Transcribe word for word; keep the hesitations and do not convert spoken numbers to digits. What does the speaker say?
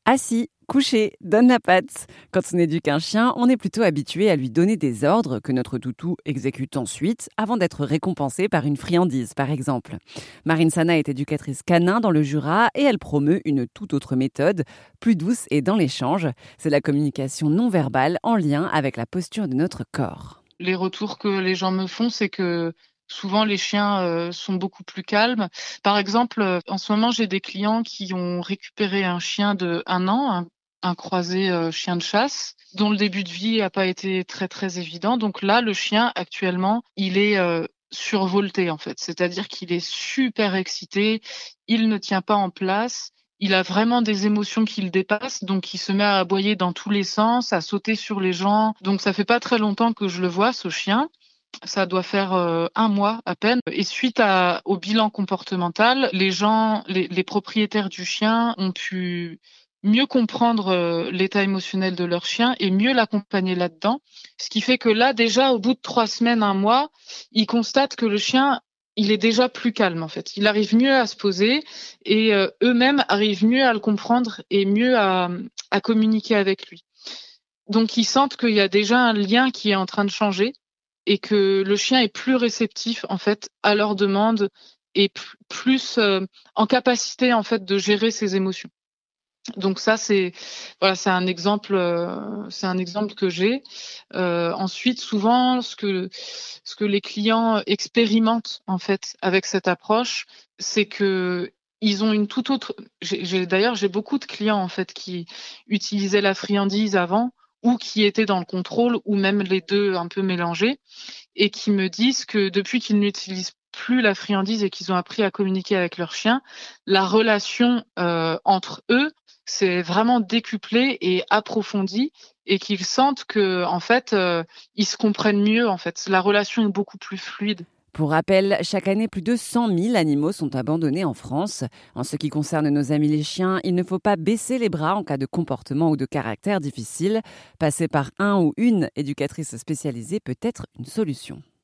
Assis, couché, donne la patte. Quand on éduque un chien, on est plutôt habitué à lui donner des ordres que notre toutou exécute ensuite avant d'être récompensé par une friandise, par exemple. Marine Sana est éducatrice canin dans le Jura et elle promeut une toute autre méthode, plus douce et dans l'échange. C'est la communication non verbale en lien avec la posture de notre corps. Les retours que les gens me font, c'est que souvent les chiens euh, sont beaucoup plus calmes. Par exemple, euh, en ce moment, j'ai des clients qui ont récupéré un chien de un an, un, un croisé euh, chien de chasse, dont le début de vie n'a pas été très très évident. Donc là, le chien actuellement, il est euh, survolté en fait, c'est-à-dire qu'il est super excité, il ne tient pas en place. Il a vraiment des émotions qui le dépassent, donc il se met à aboyer dans tous les sens, à sauter sur les gens. Donc ça fait pas très longtemps que je le vois, ce chien. Ça doit faire euh, un mois à peine. Et suite à, au bilan comportemental, les gens, les, les propriétaires du chien ont pu mieux comprendre euh, l'état émotionnel de leur chien et mieux l'accompagner là-dedans. Ce qui fait que là, déjà, au bout de trois semaines, un mois, ils constatent que le chien, il est déjà plus calme, en fait. Il arrive mieux à se poser et euh, eux-mêmes arrivent mieux à le comprendre et mieux à, à communiquer avec lui. Donc, ils sentent qu'il y a déjà un lien qui est en train de changer et que le chien est plus réceptif, en fait, à leurs demandes et plus euh, en capacité, en fait, de gérer ses émotions. Donc ça, c'est voilà, c'est un exemple, euh, c'est un exemple que j'ai. Euh, ensuite, souvent, ce que ce que les clients expérimentent en fait avec cette approche, c'est que ils ont une toute autre. J'ai, j'ai d'ailleurs j'ai beaucoup de clients en fait qui utilisaient la friandise avant ou qui étaient dans le contrôle ou même les deux un peu mélangés et qui me disent que depuis qu'ils n'utilisent plus la friandise et qu'ils ont appris à communiquer avec leur chien, la relation euh, entre eux c'est vraiment décuplé et approfondi et qu'ils sentent que en fait euh, ils se comprennent mieux en fait. La relation est beaucoup plus fluide. Pour rappel, chaque année, plus de cent mille animaux sont abandonnés en France. En ce qui concerne nos amis les chiens, il ne faut pas baisser les bras en cas de comportement ou de caractère difficile. Passer par un ou une éducatrice spécialisée peut être une solution.